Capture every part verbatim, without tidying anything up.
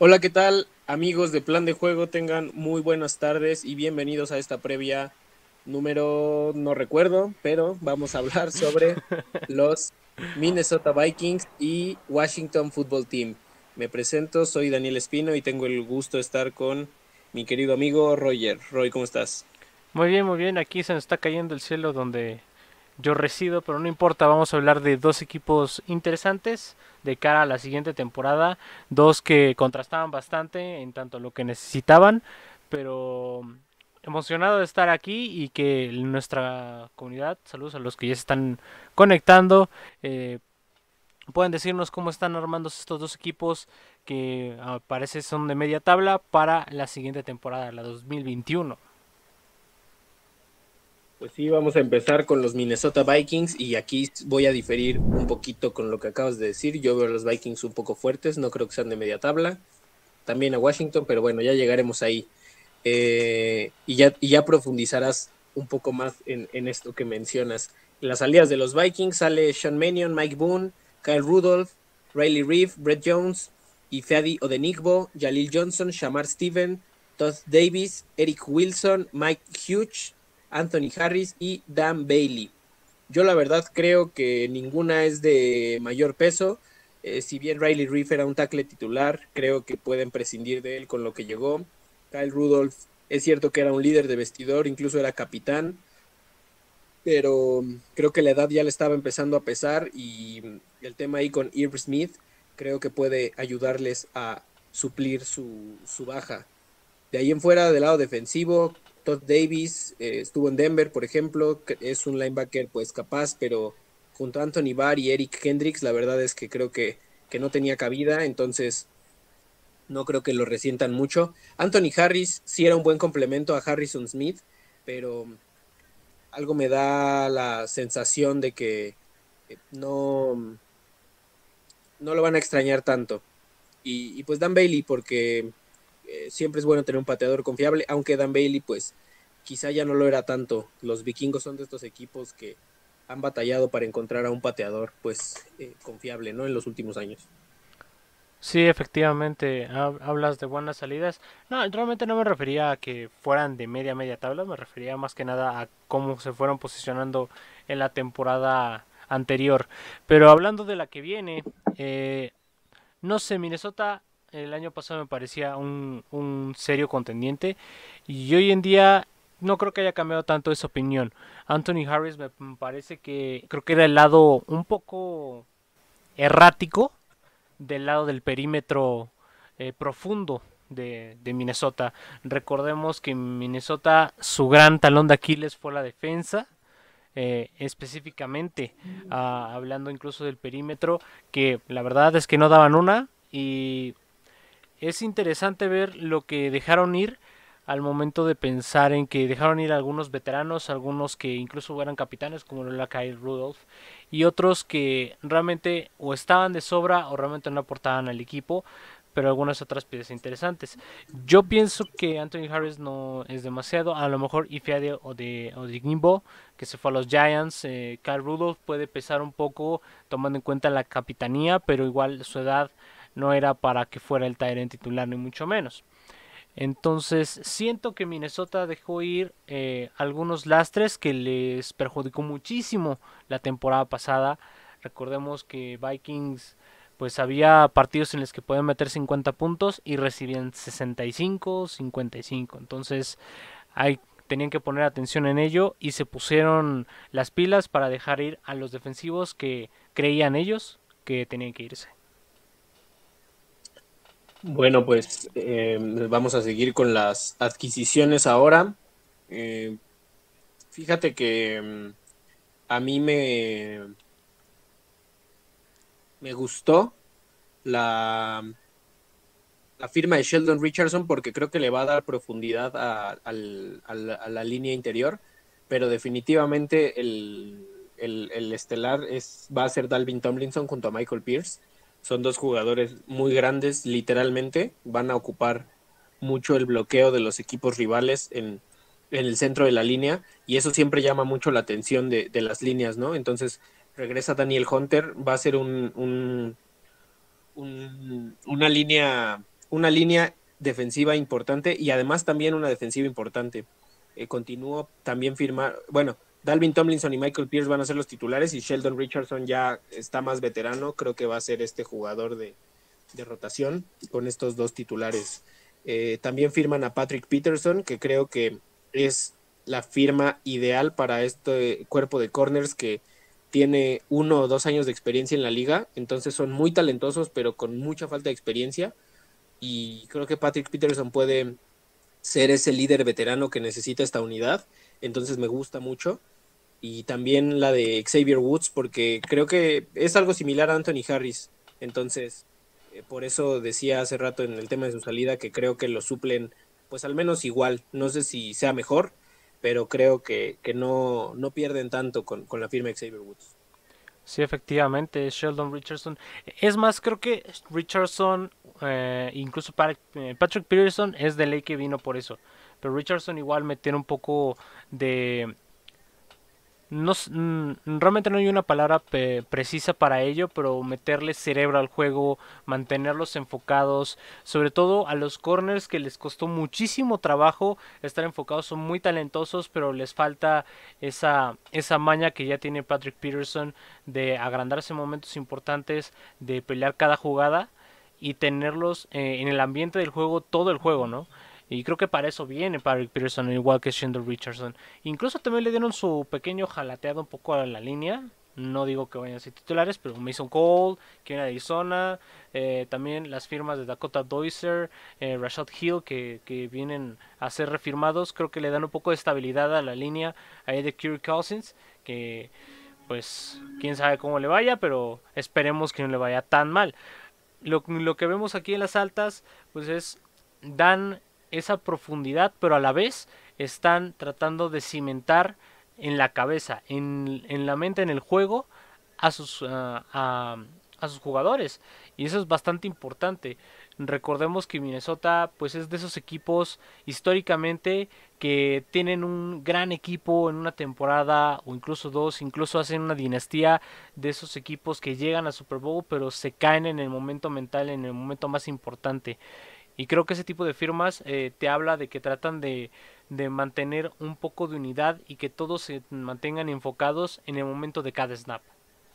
Hola, ¿qué tal, amigos de Plan de Juego? Tengan muy buenas tardes y bienvenidos a esta previa número, no recuerdo, pero vamos a hablar sobre los Minnesota Vikings y Washington Football Team. Me presento, soy Daniel Espino y tengo el gusto de estar con mi querido amigo Roger. Roy, ¿cómo estás? Muy bien, muy bien. Aquí se nos está cayendo el cielo donde yo resido, pero no importa. Vamos a hablar de dos equipos interesantes de cara a la siguiente temporada. Dos que contrastaban bastante en tanto lo que necesitaban, pero emocionado de estar aquí y que nuestra comunidad, saludos a los que ya se están conectando, eh, pueden decirnos cómo están armando estos dos equipos que ah, parece son de media tabla para la siguiente temporada, la dos mil veintiuno. Pues sí, vamos a empezar con los Minnesota Vikings y aquí voy a diferir un poquito con lo que acabas de decir. Yo veo a los Vikings un poco fuertes, no creo que sean de media tabla. También a Washington, pero bueno, ya llegaremos ahí. Eh, y, ya, y ya profundizarás un poco más en, en esto que mencionas. En las salidas de los Vikings sale Sean Mannion, Mike Boone, Kyle Rudolph, Riley Reef, Brett Jones, Ifeadi Odenigbo, Jalil Johnson, Shamar Steven, Todd Davis, Eric Wilson, Mike Hughes, Anthony Harris y Dan Bailey. Yo la verdad creo que ninguna es de mayor peso. Eh, si bien Riley Reef era un tackle titular, creo que pueden prescindir de él con lo que llegó. Kyle Rudolph es cierto que era un líder de vestidor, incluso era capitán, pero creo que la edad ya le estaba empezando a pesar y el tema ahí con Irv Smith creo que puede ayudarles a suplir su, su baja. De ahí en fuera, del lado defensivo, Todd Davis eh, estuvo en Denver, por ejemplo, que es un linebacker pues capaz, pero junto a Anthony Barr y Eric Kendricks, la verdad es que creo que, que no tenía cabida, entonces no creo que lo resientan mucho. Anthony Harris sí era un buen complemento a Harrison Smith, pero algo me da la sensación de que eh, no, no lo van a extrañar tanto. Y, y pues Dan Bailey, porque eh, siempre es bueno tener un pateador confiable, aunque Dan Bailey, pues quizá ya no lo era tanto. Los vikingos son de estos equipos que han batallado para encontrar a un pateador, pues, eh, confiable, ¿no? En los últimos años. Sí, efectivamente, hab- hablas de buenas salidas. No, realmente no me refería a que fueran de media media tabla, me refería más que nada a cómo se fueron posicionando en la temporada anterior. Pero hablando de la que viene, eh, no sé, Minnesota el año pasado me parecía un, un serio contendiente y hoy en día no creo que haya cambiado tanto esa opinión. Anthony Harris me me parece que creo que era el lado un poco errático del lado del perímetro eh, profundo de, de, Minnesota. Recordemos que en Minnesota su gran talón de Aquiles fue la defensa. Eh, específicamente uh, hablando incluso del perímetro, que la verdad es que no daban una, y es interesante ver lo que dejaron ir al momento de pensar en que dejaron ir algunos veteranos, algunos que incluso eran capitanes, como lo era Kyle Rudolph, y otros que realmente o estaban de sobra o realmente no aportaban al equipo, pero algunas otras piezas interesantes. Yo pienso que Anthony Harris no es demasiado, a lo mejor Ifeadi o de Odigimbo, que se fue a los Giants, eh, Kyle Rudolph puede pesar un poco tomando en cuenta la capitanía, pero igual su edad no era para que fuera el Tyrant titular ni mucho menos. Entonces siento que Minnesota dejó ir eh, algunos lastres que les perjudicó muchísimo la temporada pasada. Recordemos que Vikings pues había partidos en los que podían meter cincuenta puntos y recibían sesenta y cinco, cincuenta y cinco. Entonces hay, tenían que poner atención en ello y se pusieron las pilas para dejar ir a los defensivos que creían ellos que tenían que irse. Bueno, pues eh, vamos a seguir con las adquisiciones ahora. Eh, fíjate que mm, a mí me, me gustó la, la firma de Sheldon Richardson porque creo que le va a dar profundidad a, al- a la, a la línea interior, pero definitivamente el, el, el estelar es, va a ser Dalvin Tomlinson junto a Michael Pierce. Son dos jugadores muy grandes, literalmente, van a ocupar mucho el bloqueo de los equipos rivales en, en el centro de la línea y eso siempre llama mucho la atención de, de las líneas, ¿no? Entonces regresa Daniel Hunter, va a ser un, un un- una línea una línea defensiva importante y además también una defensiva importante. Eh, continúo también firmar, bueno, Dalvin Tomlinson y Michael Pierce van a ser los titulares y Sheldon Richardson ya está más veterano, creo que va a ser este jugador de, de rotación con estos dos titulares. Eh, también firman a Patrick Peterson, que creo que es la firma ideal para este cuerpo de corners que tiene uno o dos años de experiencia en la liga, entonces son muy talentosos pero con mucha falta de experiencia y creo que Patrick Peterson puede ser ese líder veterano que necesita esta unidad, entonces me gusta mucho. Y también la de Xavier Woods, porque creo que es algo similar a Anthony Harris, entonces eh, por eso decía hace rato en el tema de su salida que creo que lo suplen pues al menos igual, no sé si sea mejor, pero creo que, que no, no pierden tanto con, con la firma de Xavier Woods. Sí, efectivamente, Sheldon Richardson. Es más, creo que Richardson, eh, incluso Pat- eh, Patrick Peterson, es de ley que vino por eso. Pero Richardson igual meter un poco de, no, s- mm, realmente no hay una palabra pe- precisa para ello, pero meterle cerebro al juego, mantenerlos enfocados, sobre todo a los corners que les costó muchísimo trabajo estar enfocados, son muy talentosos, pero les falta esa, esa maña que ya tiene Patrick Peterson de agrandarse en momentos importantes, de pelear cada jugada y tenerlos eh, en el ambiente del juego todo el juego, ¿no? Y creo que para eso viene Patrick Peterson, igual que Shendon Richardson. Incluso también le dieron su pequeño jalateado un poco a la línea. No digo que vayan a ser titulares, pero Mason Cole, que viene de Arizona. Eh, también las firmas de Dakota Doiser, eh, Rashad Hill, que, que vienen a ser refirmados. Creo que le dan un poco de estabilidad a la línea ahí de Kirk Cousins. Que pues quién sabe cómo le vaya, pero esperemos que no le vaya tan mal. Lo, lo que vemos aquí en las altas, pues es, dan esa profundidad, pero a la vez están tratando de cimentar en la cabeza, en, en la mente, en el juego, a sus, ah, a, a sus jugadores. Y eso es bastante importante. Recordemos que Minnesota pues es de esos equipos históricamente que tienen un gran equipo en una temporada o incluso dos, incluso hacen una dinastía de esos equipos que llegan a Super Bowl pero se caen en el momento mental, en el momento más importante. Y creo que ese tipo de firmas eh, te habla de que tratan de, de mantener un poco de unidad y que todos se mantengan enfocados en el momento de cada snap.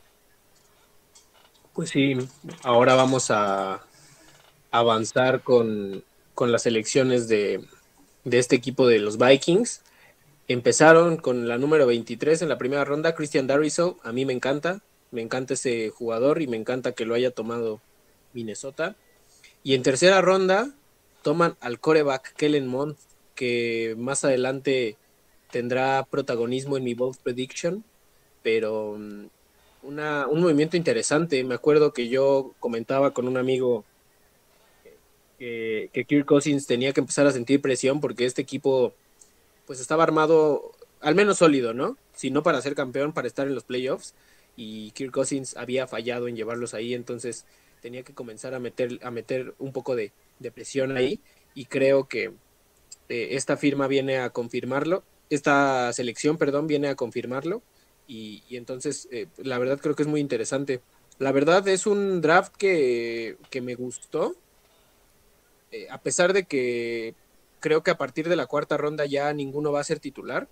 Pues sí, ahora vamos a avanzar con, con las elecciones de, de este equipo de los Vikings. Empezaron con la número veintitrés en la primera ronda, Christian Darrisaw. A mí me encanta, me encanta ese jugador y me encanta que lo haya tomado Minnesota. Y en tercera ronda toman al coreback Kellen Mond, que más adelante tendrá protagonismo en mi bold prediction, pero um, una, un movimiento interesante. Me acuerdo que yo comentaba con un amigo que, que Kirk Cousins tenía que empezar a sentir presión porque este equipo pues estaba armado al menos sólido, ¿no? Si no para ser campeón, para estar en los playoffs. Y Kirk Cousins había fallado en llevarlos ahí, entonces tenía que comenzar a meter, a meter un poco de, de presión ahí. Y creo que eh, esta firma viene a confirmarlo, esta selección, perdón, viene a confirmarlo. Y, y entonces, eh, la verdad creo que es muy interesante. La verdad es un draft que, que me gustó, eh, a pesar de que creo que a partir de la cuarta ronda ya ninguno va a ser titular.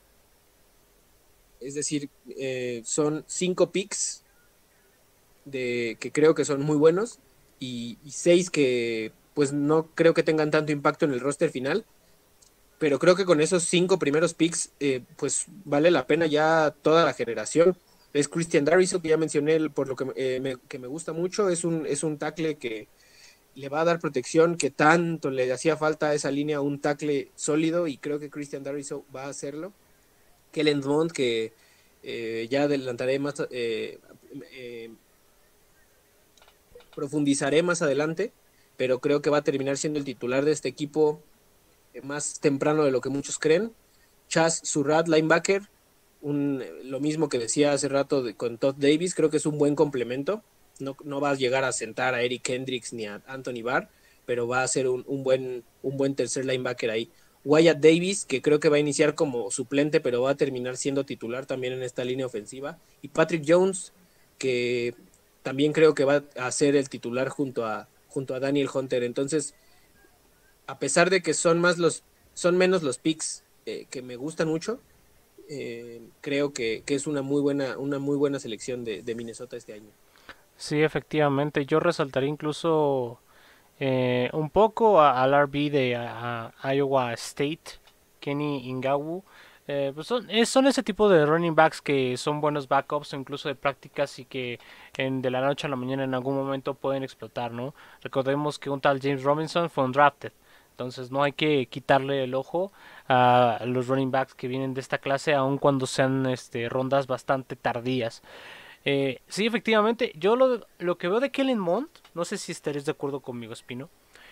Es decir, eh, son cinco picks de, que creo que son muy buenos y, y seis que pues no creo que tengan tanto impacto en el roster final, pero creo que con esos cinco primeros picks eh, pues vale la pena ya toda la generación. Es Christian Darrisaw, que ya mencioné, por lo que, eh, me, que me gusta mucho, es un, es un tackle que le va a dar protección, que tanto le hacía falta a esa línea, un tackle sólido, y creo que Christian Darrisaw va a hacerlo. Kellen Mond, que eh, ya adelantaré más, eh, eh, profundizaré más adelante, pero creo que va a terminar siendo el titular de este equipo eh, más temprano de lo que muchos creen. Chaz Surratt, linebacker, un, lo mismo que decía hace rato de, con Todd Davis, creo que es un buen complemento. No, no va a llegar a sentar a Eric Hendricks ni a Anthony Barr, pero va a ser un, un, buen, un buen tercer linebacker ahí. Wyatt Davis, que creo que va a iniciar como suplente, pero va a terminar siendo titular también en esta línea ofensiva. Y Patrick Jones, que también creo que va a ser el titular junto a, junto a Daniel Hunter. Entonces, a pesar de que son más los, son menos los picks eh, que me gustan mucho, eh, creo que, que, es una muy buena, una muy buena selección de, de Minnesota este año. Sí, efectivamente. Yo resaltaría incluso eh, un poco a- al R B de a- a Iowa State, Kenny Ingawu. Eh, pues son, es- son ese tipo de running backs que son buenos backups o incluso de prácticas y que en, de la noche a la mañana en algún momento pueden explotar, ¿no? Recordemos que un tal James Robinson fue undrafted. Entonces no hay que quitarle el ojo a los running backs que vienen de esta clase, aun cuando sean este, rondas bastante tardías. Eh, sí, efectivamente, yo lo, lo que veo de Kellen Mond, no sé si estaréis de acuerdo conmigo, Espino,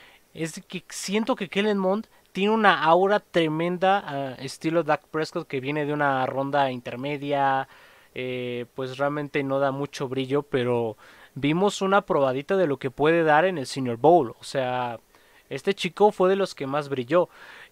es que siento que Kellen Mond tiene una aura tremenda, uh, estilo Dak Prescott, que viene de una ronda intermedia, eh, pues realmente no da mucho brillo, pero vimos una probadita de lo que puede dar en el Senior Bowl. O sea, este chico fue de los que más brilló.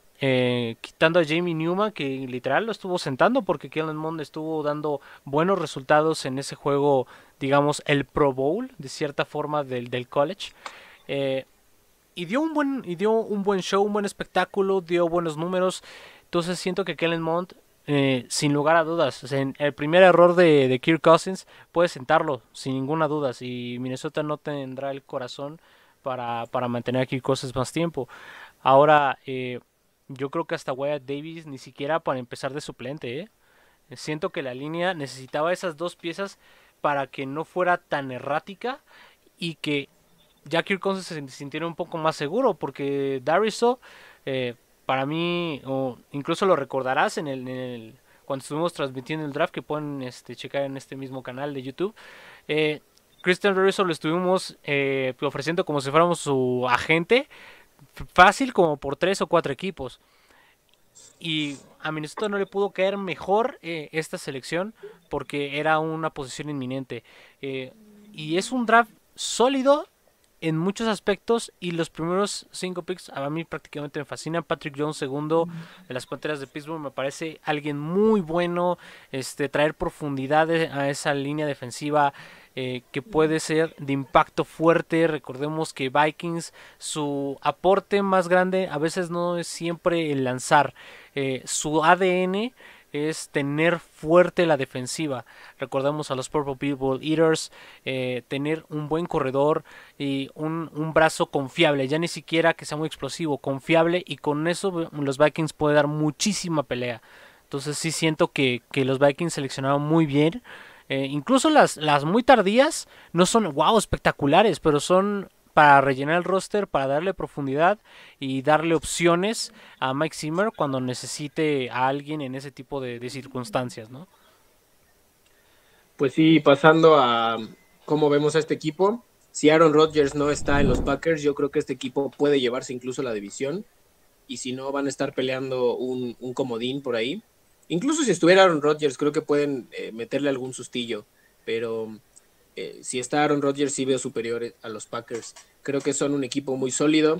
Eh, quitando a Jamie Newman, que literal lo estuvo sentando porque Kellen Mond estuvo dando buenos resultados en ese juego, digamos, el Pro Bowl, de cierta forma, del, del college. Eh, y dio un buen y dio un buen show, un buen espectáculo, dio buenos números. Entonces siento que Kellen Mond, eh, sin lugar a dudas, o sea, en el primer error de, de Kirk Cousins puede sentarlo sin ninguna duda. Si Minnesota no tendrá el corazón para, para mantener a Kirk Cousins más tiempo. Ahora, eh, yo creo que hasta Wyatt Davis ni siquiera para empezar de suplente, ¿eh? Siento que la línea necesitaba esas dos piezas para que no fuera tan errática y que ya Kirk Cousins se sintiera un poco más seguro, porque Dariso, eh, para mí, o incluso lo recordarás en el, en el, cuando estuvimos transmitiendo el draft, que pueden este, checar en este mismo canal de YouTube, eh, Christian Dariso lo estuvimos eh, ofreciendo como si fuéramos su agente, fácil como por tres o cuatro equipos. Y a Minnesota no le pudo caer mejor eh, esta selección porque era una posición inminente. Eh, y es un draft sólido en muchos aspectos y los primeros cinco picks a mí prácticamente me fascinan. Patrick Jones segundo de las Panteras de Pittsburgh me parece alguien muy bueno, este traer profundidad a esa línea defensiva eh, que puede ser de impacto fuerte. Recordemos que Vikings, su aporte más grande a veces no es siempre el lanzar, eh, su A D N es tener fuerte la defensiva. Recordemos a los Purple People Eaters, eh, tener un buen corredor y un, un brazo confiable, ya ni siquiera que sea muy explosivo, confiable, y con eso los Vikings pueden dar muchísima pelea. Entonces sí siento que, que los Vikings seleccionaron muy bien. Eh, incluso las, las muy tardías no son wow espectaculares, pero son para rellenar el roster, para darle profundidad y darle opciones a Mike Zimmer cuando necesite a alguien en ese tipo de, de circunstancias, ¿no? Pues sí, pasando a cómo vemos a este equipo, si Aaron Rodgers no está en los Packers, yo creo que este equipo puede llevarse incluso la división, y si no, van a estar peleando un, un comodín por ahí. Incluso si estuviera Aaron Rodgers, creo que pueden eh, meterle algún sustillo, pero eh, si está Aaron Rodgers, sí veo superior a los Packers. Creo que son un equipo muy sólido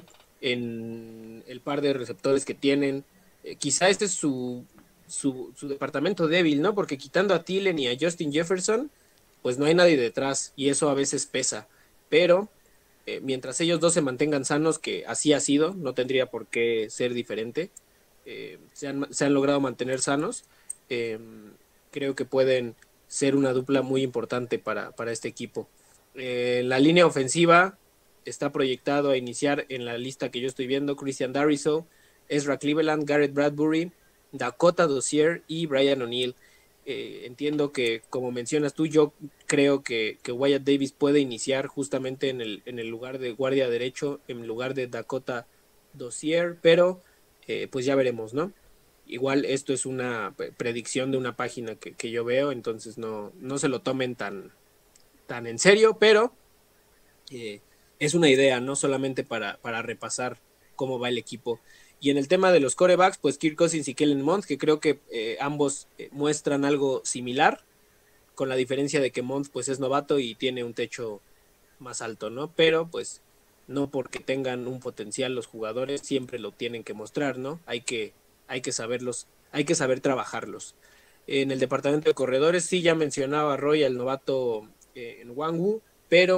en el par de receptores que tienen. Eh, quizá este es su, su, su departamento débil, ¿no? Porque quitando a Thielen y a Justin Jefferson, pues no hay nadie detrás y eso a veces pesa. Pero eh, mientras ellos dos se mantengan sanos, que así ha sido, no tendría por qué ser diferente, eh, se, han, se, han, logrado mantener sanos, eh, creo que pueden ser una dupla muy importante para, para este equipo. Eh, la línea ofensiva está proyectado a iniciar en la lista que yo estoy viendo: Christian Darrisaw, Ezra Cleveland, Garrett Bradbury, Dakota Dozier y Brian O'Neill. Eh, entiendo que, como mencionas tú, yo creo que, que Wyatt Davis puede iniciar justamente en el, en el lugar de guardia derecho, en lugar de Dakota Dozier, pero eh, pues ya veremos, ¿no? Igual esto es una predicción de una página que, que yo veo, entonces no, no se lo tomen tan, tan en serio, pero eh, es una idea, no solamente para, para repasar cómo va el equipo. Y en el tema de los corebacks, pues Kirk Cousins y Kellen Mond, que creo que eh, ambos eh, muestran algo similar, con la diferencia de que Mond pues es novato y tiene un techo más alto, ¿no? Pero pues no porque tengan un potencial los jugadores siempre lo tienen que mostrar, ¿no? Hay que, hay que saberlos, hay que saber trabajarlos. En el departamento de corredores sí ya mencionaba Roy al novato eh, en Wangwu, pero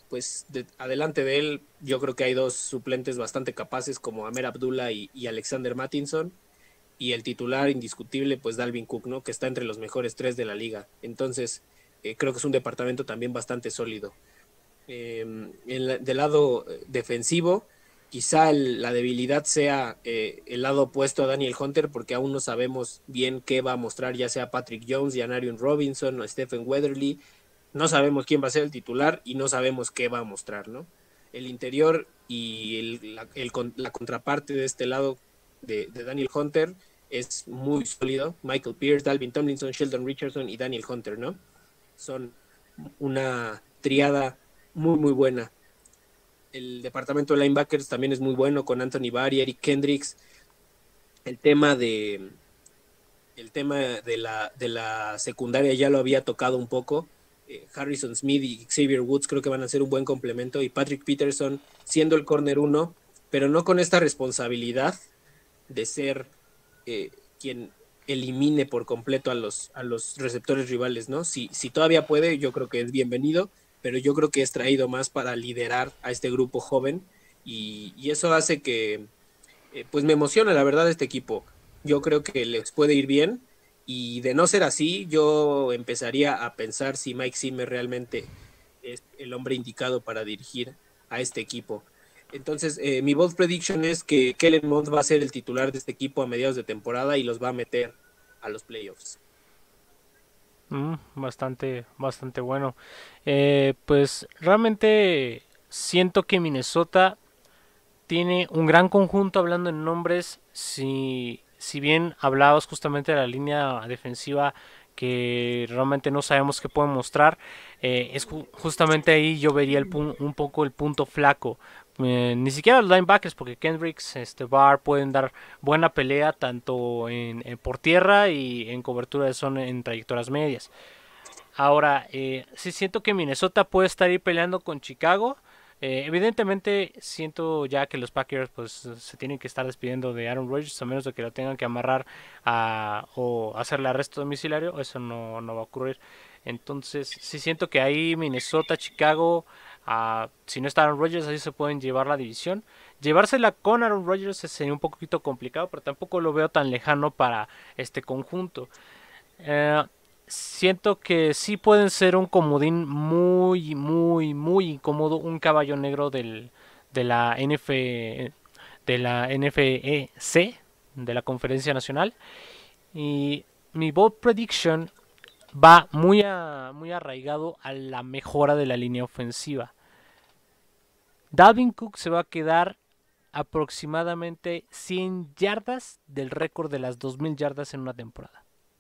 pues de, adelante de él, yo creo que hay dos suplentes bastante capaces como Amer Abdullah y, y Alexander Mattinson, y el titular indiscutible, pues Dalvin Cook, ¿no? Que está entre los mejores tres de la liga. Entonces, eh, creo que es un departamento también bastante sólido. Eh, en la, del lado defensivo, quizá el, la debilidad sea eh, el lado opuesto a Daniel Hunter, porque aún no sabemos bien qué va a mostrar, ya sea Patrick Jones, Janarion Robinson o Stephen Weatherly. No sabemos quién va a ser el titular y no sabemos qué va a mostrar, ¿no? El interior y el, la, el, la, contraparte de este lado de, de Daniel Hunter es muy sólido. Michael Pierce, Dalvin Tomlinson, Sheldon Richardson y Daniel Hunter, ¿no? Son una triada muy, muy buena. El departamento de linebackers también es muy bueno con Anthony Barr y Eric Kendricks. El tema de el tema de la, de la secundaria ya lo había tocado un poco. Eh, Harrison Smith y Xavier Woods creo que van a ser un buen complemento, y Patrick Peterson siendo el corner uno, pero no con esta responsabilidad de ser eh, quien elimine por completo a los, a los receptores rivales, ¿no? Si, si todavía puede, yo creo que es bienvenido, pero yo creo que es traído más para liderar a este grupo joven, y, y eso hace que, eh, pues me emociona la verdad este equipo. Yo creo que les puede ir bien, y de no ser así, yo empezaría a pensar si Mike Zimmer realmente es el hombre indicado para dirigir a este equipo. Entonces, eh, mi bold prediction es que Kellen Mond va a ser el titular de este equipo a mediados de temporada y los va a meter a los playoffs. Mm, bastante, bastante bueno. Eh, pues realmente siento que Minnesota tiene un gran conjunto hablando en nombres. Si, si bien hablabas justamente de la línea defensiva que realmente no sabemos qué puede mostrar, eh, es ju justamente ahí yo vería el un poco el punto flaco. Eh, ni siquiera los linebackers, porque Kendricks, este Barr pueden dar buena pelea tanto en, en por tierra y en cobertura de zona en trayectorias medias. Ahora, eh, sí siento que Minnesota puede estar ahí peleando con Chicago. Eh, evidentemente siento ya que los Packers pues se tienen que estar despidiendo de Aaron Rodgers, a menos de que lo tengan que amarrar a, o hacerle arresto domiciliario. Eso no, no va a ocurrir. Entonces sí siento que ahí Minnesota, Chicago, uh, si no está Aaron Rodgers, así se pueden llevar la división. Llevársela con Aaron Rodgers sería un poquito complicado, pero tampoco lo veo tan lejano para este conjunto. Eh, Siento que sí pueden ser un comodín muy, muy, muy incómodo, un caballo negro del, de la N F, de la N F E C, de la Conferencia Nacional. Y mi bold prediction va muy, a, muy arraigado a la mejora de la línea ofensiva. Dalvin Cook se va a quedar aproximadamente cien yardas del récord de las dos mil yardas en una temporada.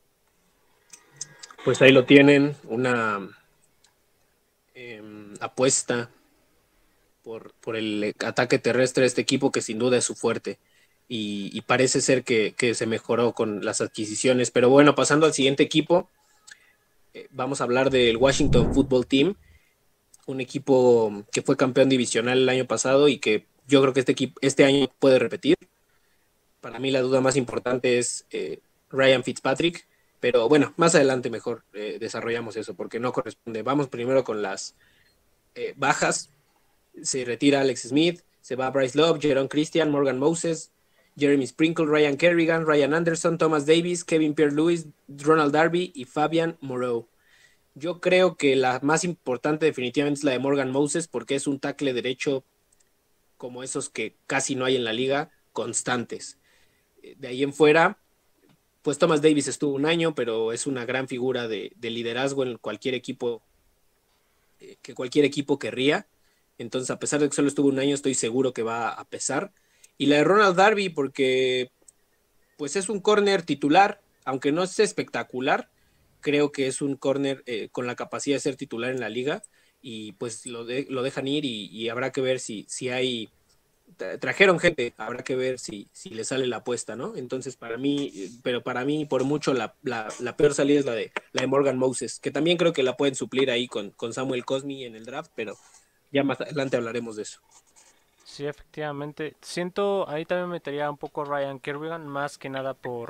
Pues ahí lo tienen, una eh, apuesta por, por el ataque terrestre de este equipo, que sin duda es su fuerte. Y, y parece ser que, que, se mejoró con las adquisiciones. Pero bueno, pasando al siguiente equipo, eh, vamos a hablar del Washington Football Team, un equipo que fue campeón divisional el año pasado y que yo creo que este, equipo, este año puede repetir. Para mí la duda más importante es eh, Ryan Fitzpatrick, pero bueno, más adelante mejor eh, desarrollamos eso, porque no corresponde. Vamos primero con las eh, bajas. Se retira Alex Smith, se va Bryce Love, Jerome Christian, Morgan Moses, Jeremy Sprinkle, Ryan Kerrigan, Ryan Anderson, Thomas Davis, Kevin Pierre-Louis, Ronald Darby y Fabian Moreau. Yo creo que la más importante definitivamente es la de Morgan Moses, porque es un tackle derecho como esos que casi no hay en la liga, constantes. De ahí en fuera, pues Thomas Davis estuvo un año, pero es una gran figura de, de liderazgo en cualquier equipo, eh, que cualquier equipo querría. Entonces, a pesar de que solo estuvo un año, estoy seguro que va a pesar. Y la de Ronald Darby, porque pues es un corner titular, aunque no es espectacular, creo que es un corner eh, con la capacidad de ser titular en la liga, y pues lo, de, lo dejan ir, y, y habrá que ver si, si hay, trajeron gente, habrá que ver si, si le sale la apuesta, ¿no? Entonces para mí, pero para mí por mucho la, la, la peor salida es la de, la de Morgan Moses, que también creo que la pueden suplir ahí con, con Samuel Cosmi en el draft, pero ya más adelante hablaremos de eso. Sí, efectivamente. Siento, ahí también metería un poco Ryan Kerrigan, más que nada por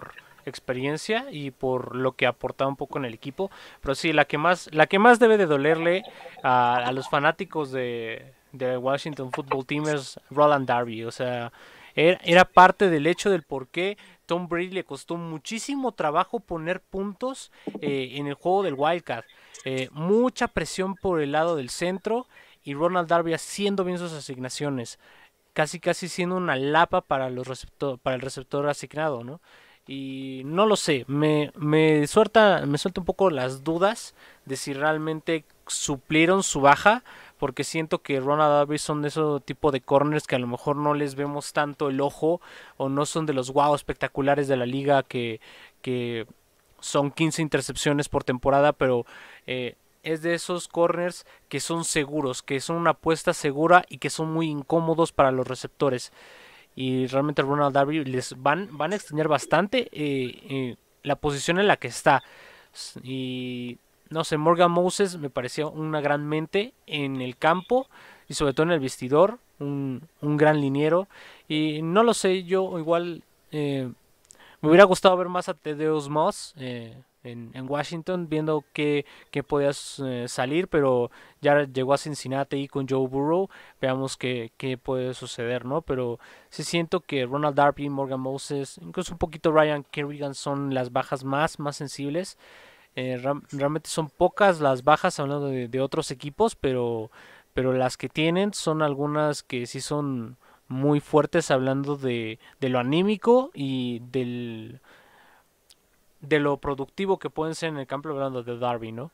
experiencia y por lo que aportaba un poco en el equipo. Pero sí, la que más, la que más debe de dolerle a, a los fanáticos de, de Washington Football Team es Roland Darby. O sea, era, era parte del hecho del por qué Tom Brady le costó muchísimo trabajo poner puntos eh, en el juego del Wildcat. Eh, mucha presión por el lado del centro y Ronald Darby haciendo bien sus asignaciones, casi casi siendo una lapa para los receptor, para el receptor asignado, ¿no? Y no lo sé, me, me suelta, me suelta un poco las dudas de si realmente suplieron su baja, porque siento que Ronald Darby son de esos tipo de corners que a lo mejor no les vemos tanto el ojo o no son de los wow espectaculares de la liga que, que son quince intercepciones por temporada, pero eh, es de esos corners que son seguros, que son una apuesta segura y que son muy incómodos para los receptores. Y realmente Ronald Darby les van, van a extrañar bastante eh, eh, la posición en la que está. Y no sé, Morgan Moses me parecía una gran mente en el campo y sobre todo en el vestidor, un, un gran liniero. Y no lo sé, yo igual eh, me hubiera gustado ver más a Tedeus Moss eh, en, en Washington, viendo que, que podías eh, salir, pero ya llegó a Cincinnati y con Joe Burrow, veamos qué, qué puede suceder, ¿no? Pero sí siento que Ronald Darby, Morgan Moses, incluso un poquito Ryan Kerrigan son las bajas más, más sensibles. Eh, ram- realmente son pocas las bajas hablando de, de otros equipos, pero, pero las que tienen son algunas que sí son muy fuertes hablando de, de lo anímico y del, de lo productivo que pueden ser en el campo hablando de Darby, ¿no?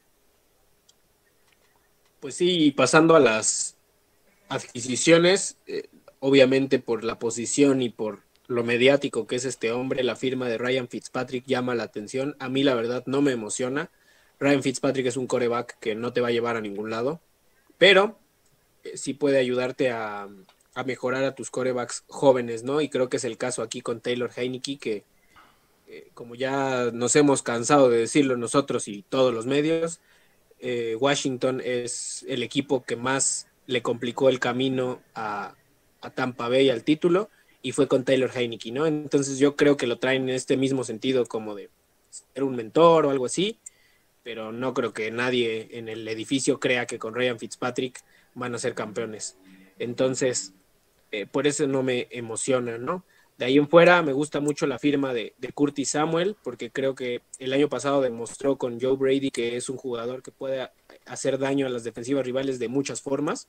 Pues sí, y pasando a las adquisiciones, eh, obviamente por la posición y por lo mediático que es este hombre, la firma de Ryan Fitzpatrick llama la atención. A mí la verdad no me emociona. Ryan Fitzpatrick es un coreback que no te va a llevar a ningún lado, pero eh, sí puede ayudarte a, a mejorar a tus corebacks jóvenes, ¿no? Y creo que es el caso aquí con Taylor Heinicke, que eh, como ya nos hemos cansado de decirlo nosotros y todos los medios, eh, Washington es el equipo que más le complicó el camino a, a Tampa Bay al título y fue con Taylor Heinicke, ¿no? Entonces yo creo que lo traen en este mismo sentido como de ser un mentor o algo así, pero no creo que nadie en el edificio crea que con Ryan Fitzpatrick van a ser campeones. Entonces, eh, por eso no me emociona, ¿no? De ahí en fuera me gusta mucho la firma de, de Curtis Samuel, porque creo que el año pasado demostró con Joe Brady que es un jugador que puede hacer daño a las defensivas rivales de muchas formas.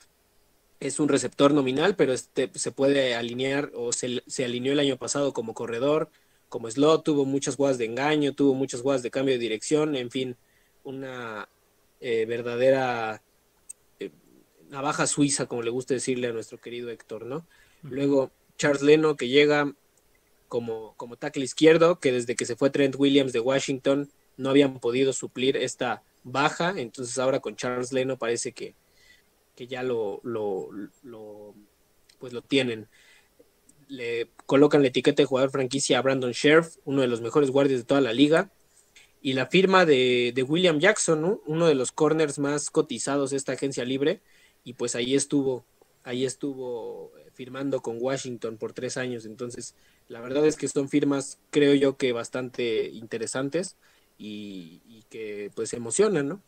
Es un receptor nominal, pero este se puede alinear o se, se alineó el año pasado como corredor, como slot, tuvo muchas jugadas de engaño, tuvo muchas jugadas de cambio de dirección, en fin, una eh, verdadera eh, navaja suiza, como le gusta decirle a nuestro querido Héctor, ¿no? Ujú. Luego Charles Leno, que llega como, como tackle izquierdo, que desde que se fue Trent Williams de Washington no habían podido suplir esta baja, entonces ahora con Charles Leno parece que, que ya lo, lo, lo, pues lo tienen. Le colocan la etiqueta de jugador franquicia a Brandon Scherf, uno de los mejores guardias de toda la liga, y la firma de, de William Jackson, ¿no? Uno de los corners más cotizados de esta agencia libre, y pues ahí estuvo, ahí estuvo firmando con Washington por tres años, entonces la verdad es que son firmas, creo yo que bastante interesantes y, y que pues emocionan, ¿no?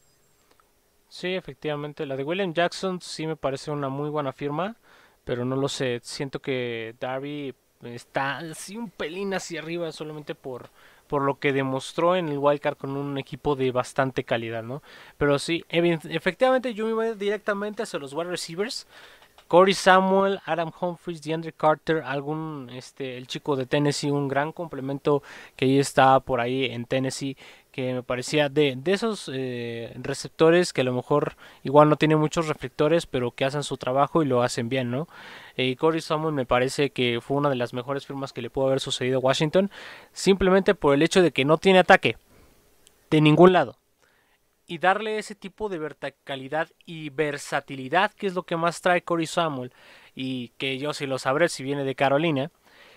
Sí, efectivamente, la de William Jackson sí me parece una muy buena firma, pero no lo sé, siento que Darby está así un pelín hacia arriba solamente por, por lo que demostró en el Wildcard con un equipo de bastante calidad, ¿no? Pero sí, efectivamente yo me voy directamente hacia los wide receivers. Corey Samuel, Adam Humphries, DeAndre Carter, algún, este, el chico de Tennessee, un gran complemento que ahí está por ahí en Tennessee, que me parecía de, de esos eh, receptores que a lo mejor igual no tienen muchos reflectores, pero que hacen su trabajo y lo hacen bien, ¿no? Eh, y Corey Samuel me parece que fue una de las mejores firmas que le pudo haber sucedido a Washington, simplemente por el hecho de que no tiene ataque de ningún lado y darle ese tipo de verticalidad y versatilidad que es lo que más trae Corey Samuel y que yo sí lo sabré si viene de Carolina.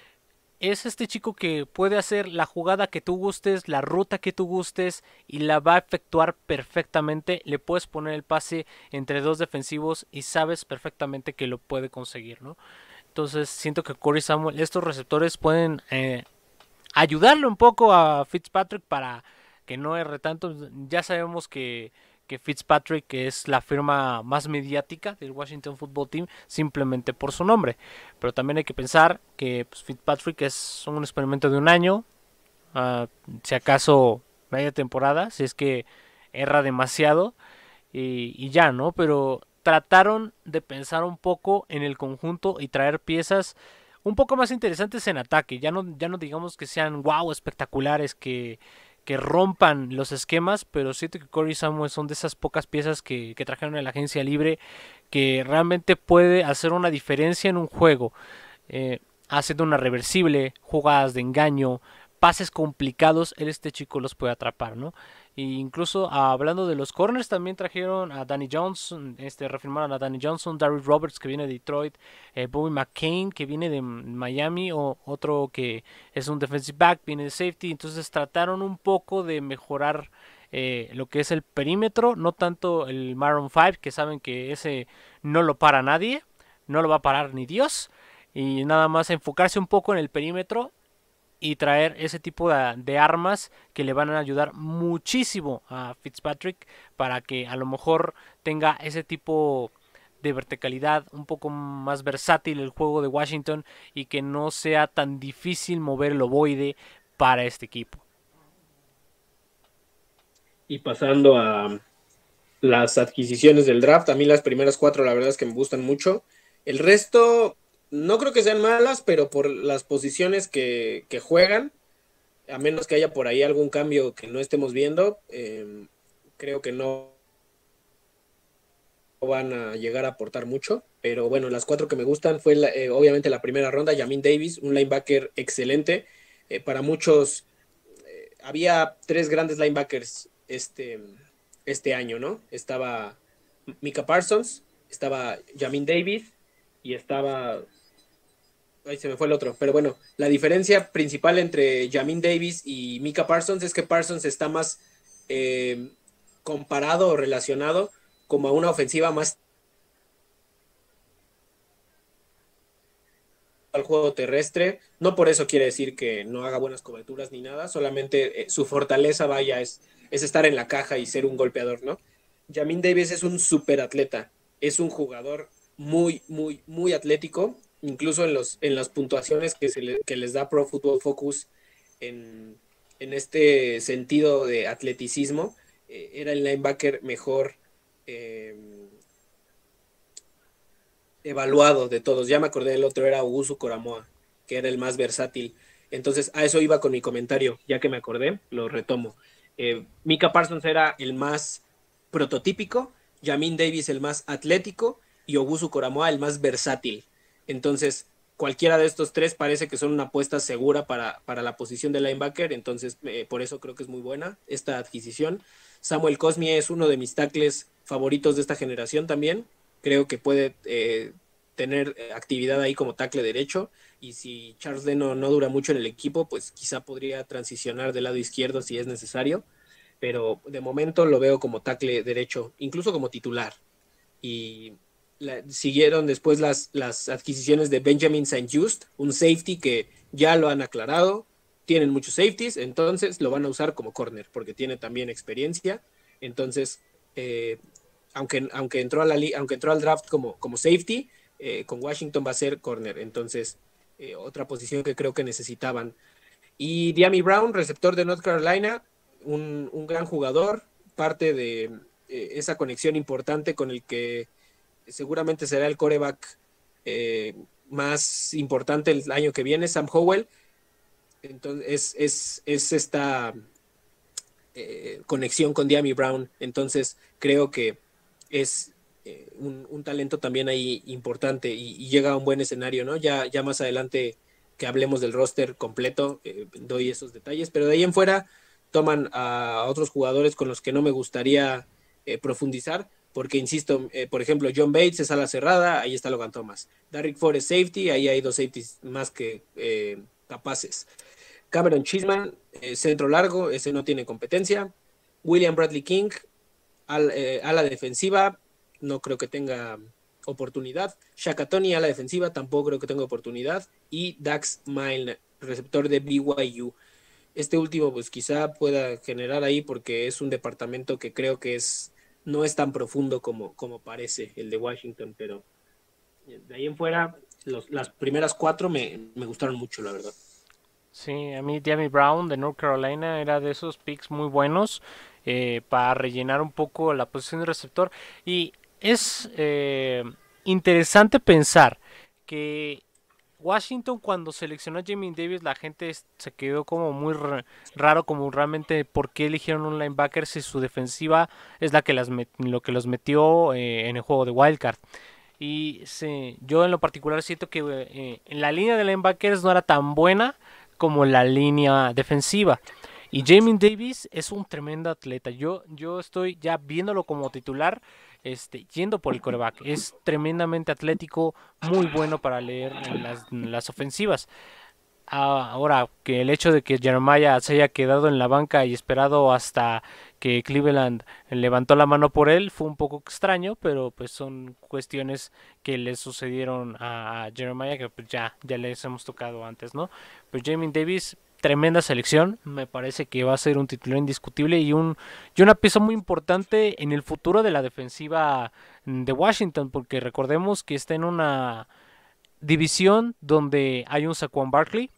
Es este chico que puede hacer la jugada que tú gustes, la ruta que tú gustes y la va a efectuar perfectamente. Le puedes poner el pase entre dos defensivos y sabes perfectamente que lo puede conseguir, ¿no? Entonces siento que Corey Samuel, estos receptores pueden eh, ayudarle un poco a Fitzpatrick para que no erre tanto. Ya sabemos que, que Fitzpatrick es la firma más mediática del Washington Football Team simplemente por su nombre. Pero también hay que pensar que pues, Fitzpatrick es un experimento de un año, uh, si acaso media temporada, si es que erra demasiado y, y ya, ¿no? Pero trataron de pensar un poco en el conjunto y traer piezas un poco más interesantes en ataque. Ya no, ya no digamos que sean wow espectaculares, que, que rompan los esquemas, pero siento que Corey Samuel son de esas pocas piezas que, que trajeron en la agencia libre que realmente puede hacer una diferencia en un juego. Eh, haciendo una reversible, jugadas de engaño, pases complicados, él este chico los puede atrapar, ¿no? E incluso ah, hablando de los corners, también trajeron a Danny Johnson, este, refirmaron a Danny Johnson, Darryl Roberts que viene de Detroit, eh, Bobby McCain que viene de Miami, o otro que es un defensive back, viene de safety, entonces trataron un poco de mejorar eh, lo que es el perímetro, no tanto el Maroon cinco, que saben que ese no lo para nadie, no lo va a parar ni Dios, y nada más enfocarse un poco en el perímetro y traer ese tipo de, de, armas que le van a ayudar muchísimo a Fitzpatrick para que a lo mejor tenga ese tipo de verticalidad, un poco más versátil el juego de Washington y que no sea tan difícil mover el ovoide para este equipo. Y pasando a las adquisiciones del draft, a mí las primeras cuatro la verdad es que me gustan mucho. El resto no creo que sean malas, pero por las posiciones que, que juegan, a menos que haya por ahí algún cambio que no estemos viendo, eh, creo que no van a llegar a aportar mucho. Pero bueno, las cuatro que me gustan fue la, eh, obviamente la primera ronda, Jamin Davis, un linebacker excelente. Eh, para muchos, eh, había tres grandes linebackers este, este año, ¿no? Estaba Micah Parsons, estaba Jamin Davis y estaba... Ahí se me fue el otro, pero bueno, la diferencia principal entre Jamin Davis y Micah Parsons es que Parsons está más eh, comparado o relacionado como a una ofensiva más al juego terrestre. No por eso quiere decir que no haga buenas coberturas ni nada, solamente eh, su fortaleza, vaya, es, es estar en la caja y ser un golpeador, ¿no? Jamin Davis es un super atleta, es un jugador muy, muy, muy atlético, incluso en, los, en las puntuaciones que, se le, que les da Pro Football Focus en, en este sentido de atleticismo, eh, era el linebacker mejor eh, evaluado de todos. Ya me acordé del otro, era Ugusu Coramoa, que era el más versátil. Entonces, a eso iba con mi comentario, ya que me acordé, lo retomo. Eh, Micah Parsons era el más prototípico, Jamin Davis el más atlético y Ogusu Coramoa el más versátil. Entonces, cualquiera de estos tres parece que son una apuesta segura para, para la posición de linebacker, entonces eh, por eso creo que es muy buena esta adquisición. Samuel Cosmi es uno de mis tackles favoritos de esta generación también. Creo que puede eh, tener actividad ahí como tackle derecho, y si Charles Leno no dura mucho en el equipo, pues quizá podría transicionar del lado izquierdo si es necesario, pero de momento lo veo como tackle derecho, incluso como titular. Y la, siguieron después las, las adquisiciones de Benjamin Saint Just, un safety que ya lo han aclarado, tienen muchos safeties, entonces lo van a usar como corner, porque tiene también experiencia. Entonces, eh, aunque, aunque, entró a la, aunque entró al draft como, como safety, eh, con Washington va a ser corner, entonces eh, otra posición que creo que necesitaban. Y Dyami Brown, receptor de North Carolina, un, un gran jugador, parte de eh, esa conexión importante con el que seguramente será el quarterback eh, más importante el año que viene, Sam Howell. Entonces es, es, es esta eh, conexión con Dyami Brown, entonces creo que es eh, un, un, talento también ahí importante y, y, llega a un buen escenario, ¿no? Ya, ya más adelante que hablemos del roster completo, eh, doy esos detalles, pero de ahí en fuera toman a otros jugadores con los que no me gustaría eh, profundizar, porque insisto, eh, por ejemplo, John Bates es a la cerrada, ahí está Logan Thomas. Derrick Ford es safety, ahí hay dos safeties más que eh, capaces. Cameron Chisman, eh, centro largo, ese no tiene competencia. William Bradley King, al, eh, a la defensiva, no creo que tenga oportunidad. Shaka Toney a la defensiva, tampoco creo que tenga oportunidad. Y Dax Milne, receptor de B Y U. este último pues quizá pueda generar ahí porque es un departamento que creo que es no es tan profundo como, como parece el de Washington, pero de ahí en fuera los, las primeras cuatro me, me gustaron mucho, la verdad. Sí, a mí Jamie Brown de North Carolina era de esos picks muy buenos eh, para rellenar un poco la posición de receptor. Y es eh, interesante pensar que Washington cuando seleccionó a Jamie Davis la gente se quedó como muy raro como realmente por qué eligieron un linebacker si su defensiva es la que las lo que los metió eh, en el juego de Wildcard. Y sí, yo en lo particular siento que eh, en la línea de linebackers no era tan buena como la línea defensiva. Y Jamin Davis es un tremendo atleta. Yo, yo estoy ya viéndolo como titular, este, yendo por el coreback. Es tremendamente atlético, muy bueno para leer en las, en las ofensivas. Ahora que el hecho de que Jeremiah se haya quedado en la banca y esperado hasta que Cleveland levantó la mano por él fue un poco extraño, pero pues son cuestiones que le sucedieron a Jeremiah que pues ya, ya les hemos tocado antes, ¿no? Pero Jamin Davis, tremenda selección, me parece que va a ser un titular indiscutible y un y una pieza muy importante en el futuro de la defensiva de Washington, porque recordemos que está en una división donde hay un Saquon Barkley,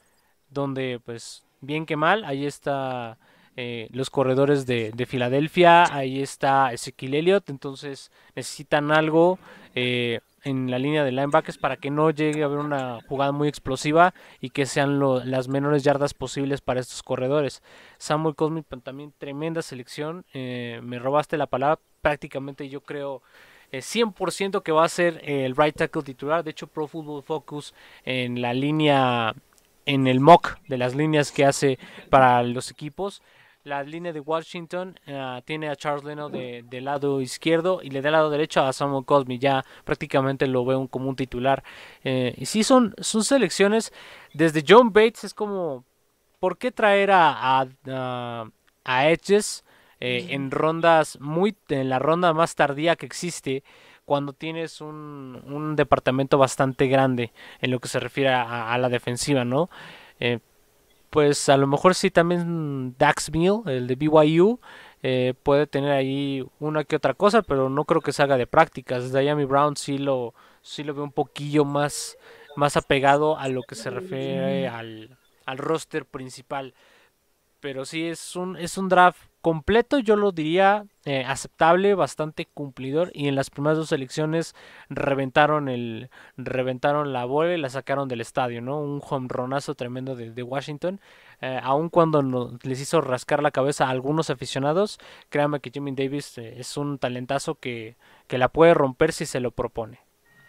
donde pues bien que mal, ahí está eh, los corredores de, de, Filadelfia, ahí está Ezekiel Elliott, entonces necesitan algo eh, en la línea de linebackers para que no llegue a haber una jugada muy explosiva y que sean lo, las menores yardas posibles para estos corredores. Samuel Cosmi también tremenda selección, eh, me robaste la palabra, prácticamente yo creo eh, cien por ciento que va a ser el right tackle titular. De hecho, Pro Football Focus en la línea, en el mock de las líneas que hace para los equipos, la línea de Washington uh, tiene a Charles Leno de, del lado izquierdo y le da el lado derecho a Samuel Cosmi. Ya prácticamente lo veo como un titular. Eh, y sí, son, son selecciones. Desde John Bates es como, ¿por qué traer a, a, a, a Edges eh, en rondas muy en la ronda más tardía que existe cuando tienes un, un departamento bastante grande en lo que se refiere a, a la defensiva, ¿no? Eh, pues a lo mejor sí también Dax Mill, el de B Y U, eh, puede tener ahí una que otra cosa, pero no creo que salga de prácticas. Diami Brown sí lo, sí lo veo un poquillo más, más apegado a lo que se refiere al, al roster principal. Pero sí es un, es un draft completo, yo lo diría eh, aceptable, bastante cumplidor. Y en las primeras dos elecciones reventaron el reventaron la bola y la sacaron del estadio, ¿no? Un jonronazo tremendo de, de Washington. Eh, aun cuando no, les hizo rascar la cabeza a algunos aficionados, créanme que Jimmy Davis eh, es un talentazo que, que la puede romper si se lo propone.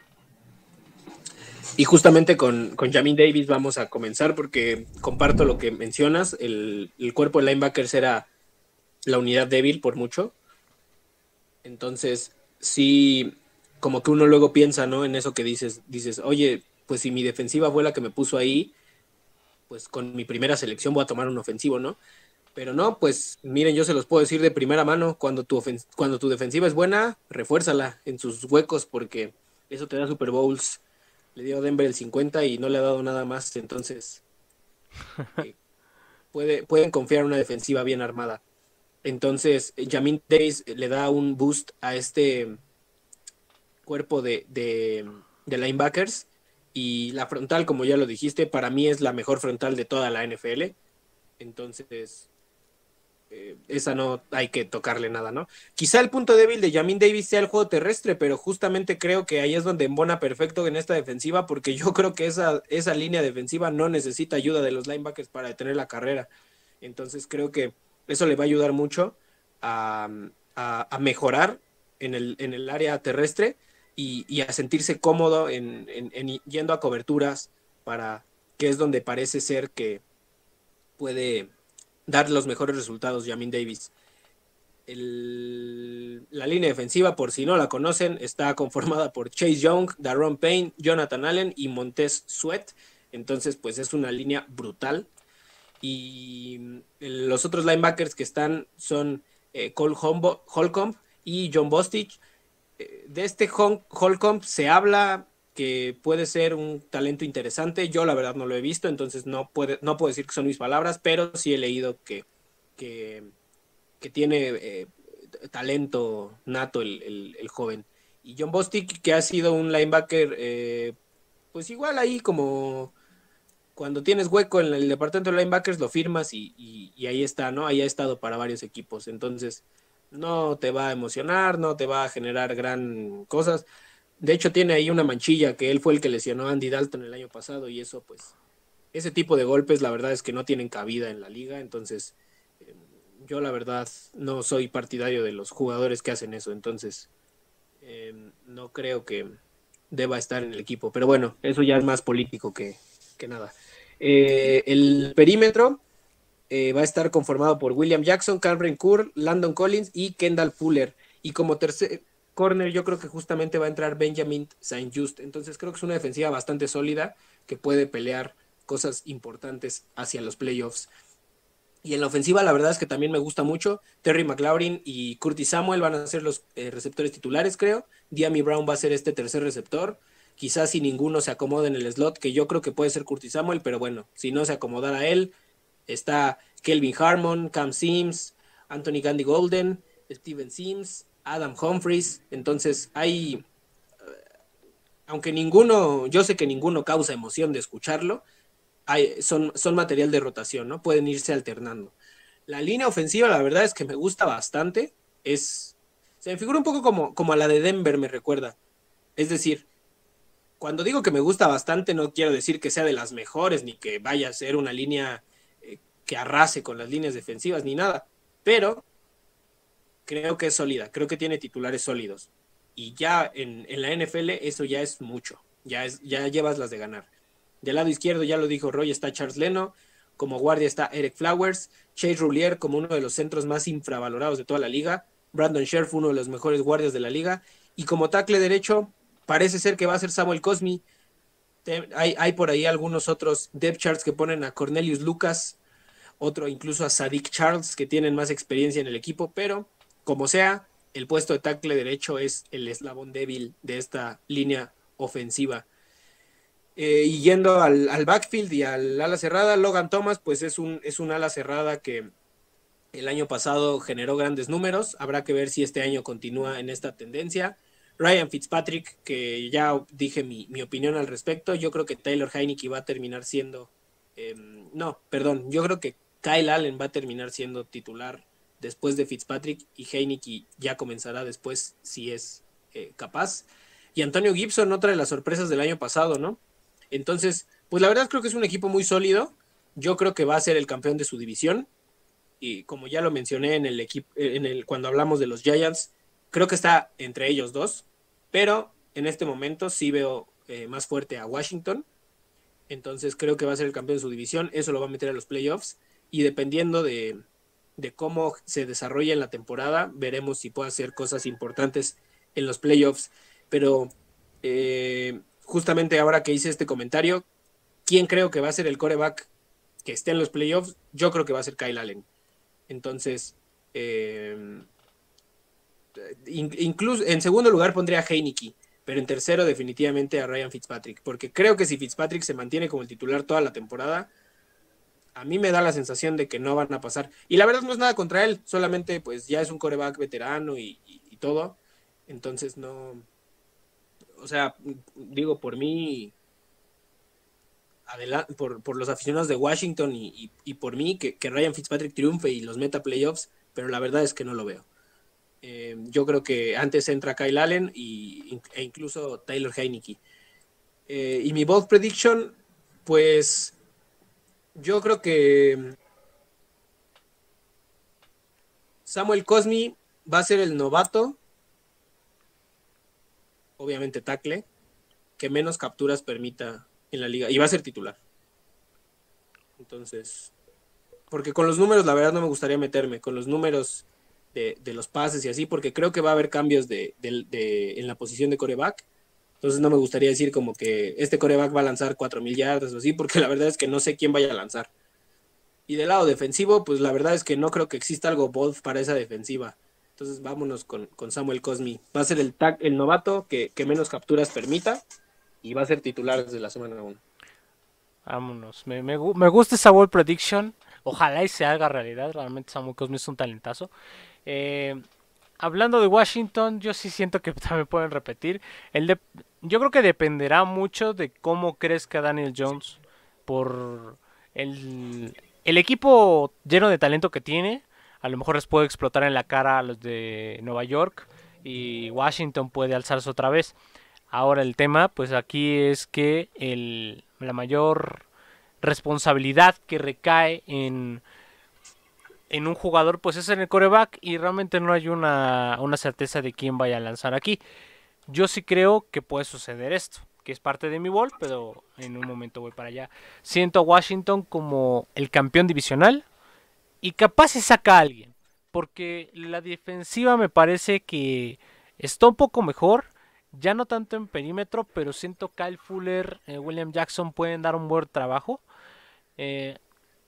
Y justamente con, con Jamin Davis vamos a comenzar porque comparto lo que mencionas, el, el cuerpo de linebackers era la unidad débil por mucho, entonces sí, como que uno luego piensa, ¿no? En eso que dices, dices, oye, pues si mi defensiva fue la que me puso ahí, pues con mi primera selección voy a tomar un ofensivo, ¿no? Pero no, pues miren, yo se los puedo decir de primera mano, cuando tu, ofen- cuando tu defensiva es buena, refuérzala en sus huecos porque eso te da Super Bowls. Le dio a Denver el cincuenta y no le ha dado nada más, entonces eh, puede, pueden confiar en una defensiva bien armada. Entonces, Jamin Davis le da un boost a este cuerpo de, de, de linebackers y la frontal, como ya lo dijiste, para mí es la mejor frontal de toda la N F L. Entonces, eh, esa no hay que tocarle nada, ¿no? Quizá el punto débil de Jamin Davis sea el juego terrestre, pero justamente creo que ahí es donde embona perfecto en esta defensiva, porque yo creo que esa, esa línea defensiva no necesita ayuda de los linebackers para detener la carrera. Entonces creo que eso le va a ayudar mucho a, a, a mejorar en el, en el área terrestre y, y a sentirse cómodo en, en, en yendo a coberturas para que es donde parece ser que puede dar los mejores resultados Jamin Davis. El, la línea defensiva, por si no la conocen, está conformada por Chase Young, Daron Payne, Jonathan Allen y Montez Sweat. Entonces, pues es una línea brutal. Y los otros linebackers que están son eh, Cole Holcomb y John Bostich. Eh, de este Holcomb se habla que puede ser un talento interesante. Yo la verdad no lo he visto, entonces no, puede, no puedo decir que son mis palabras, pero sí he leído que, que, que tiene eh, talento nato el, el, el, joven. Y John Bostic, que ha sido un linebacker, eh, pues igual ahí como cuando tienes hueco en el departamento de linebackers, lo firmas y, y, y ahí está, ¿no? Ahí ha estado para varios equipos. Entonces, no te va a emocionar, no te va a generar gran cosas. De hecho, tiene ahí una manchilla que él fue el que lesionó a Andy Dalton el año pasado y eso, pues, ese tipo de golpes, la verdad es que no tienen cabida en la liga. Entonces, eh, yo la verdad no soy partidario de los jugadores que hacen eso. Entonces, eh, no creo que deba estar en el equipo. Pero bueno, eso ya es más político que, que nada. Eh, el perímetro eh, va a estar conformado por William Jackson, Cameron Curl, Landon Collins y Kendall Fuller. Y como tercer corner, yo creo que justamente va a entrar Benjamin Saint-Just. Entonces creo que es una defensiva bastante sólida que puede pelear cosas importantes hacia los playoffs. Y en la ofensiva, la verdad es que también me gusta mucho. Terry McLaurin y Curtis Samuel van a ser los eh, receptores titulares, creo. Diami Brown va a ser este tercer receptor. Quizás si ninguno se acomoda en el slot, que yo creo que puede ser Curtis Samuel, pero bueno, si no se acomodara a él, está Kelvin Harmon, Cam Sims, Anthony Gandy Golden, Steven Sims, Adam Humphries. Entonces hay, aunque ninguno, yo sé que ninguno causa emoción de escucharlo, hay, son, son material de rotación, ¿no? Pueden irse alternando. La línea ofensiva, la verdad es que me gusta bastante. Es, se me figura un poco como, como a la de Denver, me recuerda. Es decir, cuando digo que me gusta bastante, no quiero decir que sea de las mejores, ni que vaya a ser una línea eh, que arrase con las líneas defensivas, ni nada. Pero creo que es sólida, creo que tiene titulares sólidos. Y ya en, en la N F L eso ya es mucho, ya, es, ya llevas las de ganar. Del lado izquierdo, ya lo dijo Roy, está Charles Leno, como guardia está Eric Flowers, Chase Roulier como uno de los centros más infravalorados de toda la liga, Brandon Scherf, uno de los mejores guardias de la liga, y como tackle derecho, parece ser que va a ser Samuel Cosmi. Hay, hay por ahí algunos otros depth charts que ponen a Cornelius Lucas, otro incluso a Sadiq Charles, que tienen más experiencia en el equipo, pero como sea, el puesto de tackle derecho es el eslabón débil de esta línea ofensiva. Eh, y yendo al, al backfield y al ala cerrada, Logan Thomas, pues es un, es un ala cerrada que el año pasado generó grandes números. Habrá que ver si este año continúa en esta tendencia. Ryan Fitzpatrick, que ya dije mi, mi opinión al respecto. Yo creo que Taylor Heinicke va a terminar siendo... Eh, no, perdón. Yo creo que Kyle Allen va a terminar siendo titular después de Fitzpatrick y Heinicke ya comenzará después si es eh, capaz. Y Antonio Gibson, otra de las sorpresas del año pasado, ¿no? Entonces, pues la verdad creo que es un equipo muy sólido. Yo creo que va a ser el campeón de su división. Y como ya lo mencioné en el equipo, en el, cuando hablamos de los Giants, creo que está entre ellos dos. Pero en este momento sí veo eh, más fuerte a Washington. Entonces creo que va a ser el campeón de su división. Eso lo va a meter a los playoffs. Y dependiendo de, de cómo se desarrolla en la temporada, veremos si puede hacer cosas importantes en los playoffs. Pero... Eh, justamente ahora que hice este comentario, ¿quién creo que va a ser el quarterback que esté en los playoffs? Yo creo que va a ser Kyle Allen. Entonces, eh, incluso en segundo lugar pondría a Heinicke, pero en tercero definitivamente a Ryan Fitzpatrick, porque creo que si Fitzpatrick se mantiene como el titular toda la temporada, a mí me da la sensación de que no van a pasar. Y la verdad no es nada contra él, solamente pues ya es un quarterback veterano y, y, y todo. Entonces no... O sea, digo, por mí, adelante, por, por los aficionados de Washington y, y, y por mí, que, que Ryan Fitzpatrick triunfe y los meta playoffs, pero la verdad es que no lo veo. Eh, yo creo que antes entra Kyle Allen y, e incluso Taylor Heinicke. Eh, y mi bold prediction, pues yo creo que Samuel Cosmi va a ser el novato, obviamente tackle, que menos capturas permita en la liga, y va a ser titular. Entonces, porque con los números la verdad no me gustaría meterme, con los números de, de los pases y así, porque creo que va a haber cambios de, de, de, en la posición de quarterback. Entonces no me gustaría decir como que este quarterback va a lanzar cuatro mil yardas o así, porque la verdad es que no sé quién vaya a lanzar. Y del lado defensivo, pues la verdad es que no creo que exista algo bold para esa defensiva. Entonces vámonos con, con Samuel Cosmi. Va a ser el, tag, el novato que, que menos capturas permita. y va a ser titular desde la semana uno. Vámonos. Me, me, me gusta esa bold prediction. Ojalá y se haga realidad. Realmente Samuel Cosme es un talentazo. Eh, hablando de Washington, yo sí siento que también pueden repetir. El de, yo creo que dependerá mucho de cómo crezca Daniel Jones por el, el equipo lleno de talento que tiene. A lo mejor les puede explotar en la cara a los de Nueva York y Washington puede alzarse otra vez. Ahora el tema, pues aquí es que el, la mayor responsabilidad que recae en, en un jugador, pues es en el coreback y realmente no hay una, una certeza de quién vaya a lanzar aquí. Yo sí creo que puede suceder esto, que es parte de mi bol, pero en un momento voy para allá. Siento a Washington como el campeón divisional y capaz se saca a alguien, porque la defensiva me parece que está un poco mejor. Ya no tanto en perímetro, pero siento Kyle Fuller, eh, William Jackson pueden dar un buen trabajo. Eh,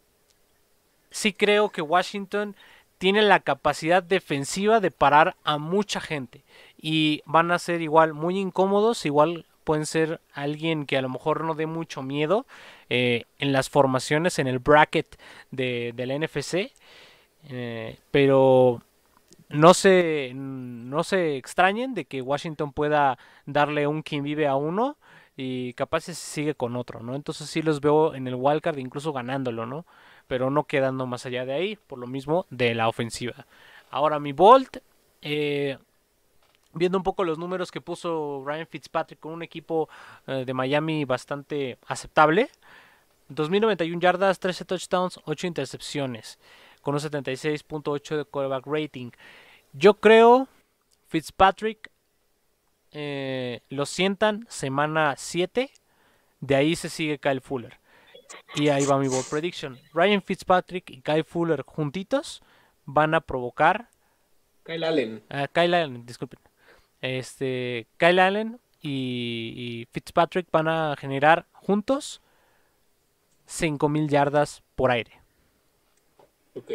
sí creo que Washington tiene la capacidad defensiva de parar a mucha gente. Y van a ser igual muy incómodos, igual pueden ser alguien que a lo mejor no dé mucho miedo eh, en las formaciones, en el bracket de, de la N F C. Eh, pero no se, no se extrañen de que Washington pueda darle un quien vive a uno y capaz se sigue con otro, ¿no? Entonces sí los veo en el wildcard incluso ganándolo, ¿no? Pero no quedando más allá de ahí, por lo mismo de la ofensiva. Ahora mi Bolt, eh, viendo un poco los números que puso Ryan Fitzpatrick con un equipo eh, de Miami bastante aceptable. dos mil noventa y uno yardas, trece touchdowns, ocho intercepciones, con un setenta y seis punto ocho de quarterback rating. Yo creo Fitzpatrick eh, lo sientan semana siete, de ahí se sigue Kyle Fuller. Y ahí va mi bold prediction. Ryan Fitzpatrick y Kyle Fuller juntitos van a provocar Kyle Allen. uh, Kyle Allen, disculpen. Este, Kyle Allen y, y Fitzpatrick van a generar juntos cinco mil yardas por aire. Ok.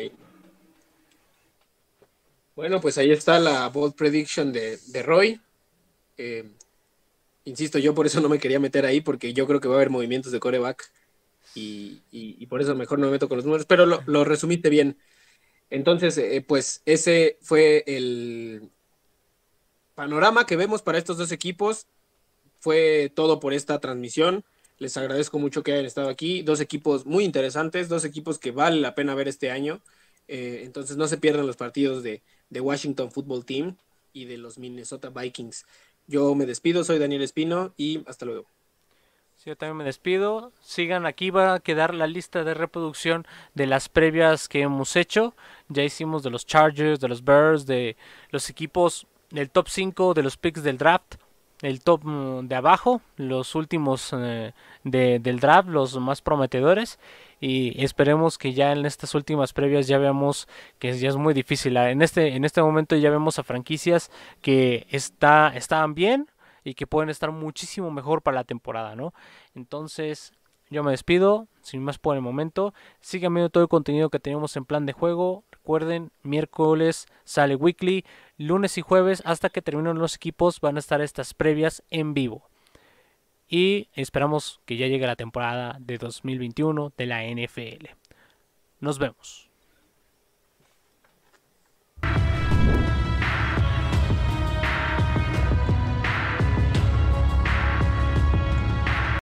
Bueno, pues ahí está la bold prediction de, de Roy. Eh, insisto, yo por eso no me quería meter ahí, porque yo creo que va a haber movimientos de coreback y, y, y por eso mejor no me meto con los números, pero lo, lo resumiste bien. Entonces, eh, pues ese fue el panorama que vemos para estos dos equipos. Fue todo por esta transmisión. Les agradezco mucho que hayan estado aquí. Dos equipos muy interesantes, dos equipos que vale la pena ver este año. Eh, entonces no se pierdan los partidos de, de Washington Football Team y de los Minnesota Vikings. Yo me despido, soy Daniel Espino y hasta luego. Sí, yo también me despido. Sigan, aquí va a quedar la lista de reproducción de las previas que hemos hecho. Ya hicimos de los Chargers, de los Bears, de los equipos del top cinco de los picks del draft. El top mm, de abajo, los últimos eh, de, del draft, los más prometedores. Y esperemos que ya en estas últimas previas ya veamos que ya es muy difícil. En este, en este momento ya vemos a franquicias que está, estaban bien y que pueden estar muchísimo mejor para la temporada, ¿no? Entonces, yo me despido, sin más por el momento. Sigan viendo todo el contenido que tenemos en plan de juego. Recuerden, miércoles sale weekly, lunes y jueves hasta que terminen los equipos van a estar estas previas en vivo. Y esperamos que ya llegue la temporada de dos mil veintiuno de la N F L. Nos vemos.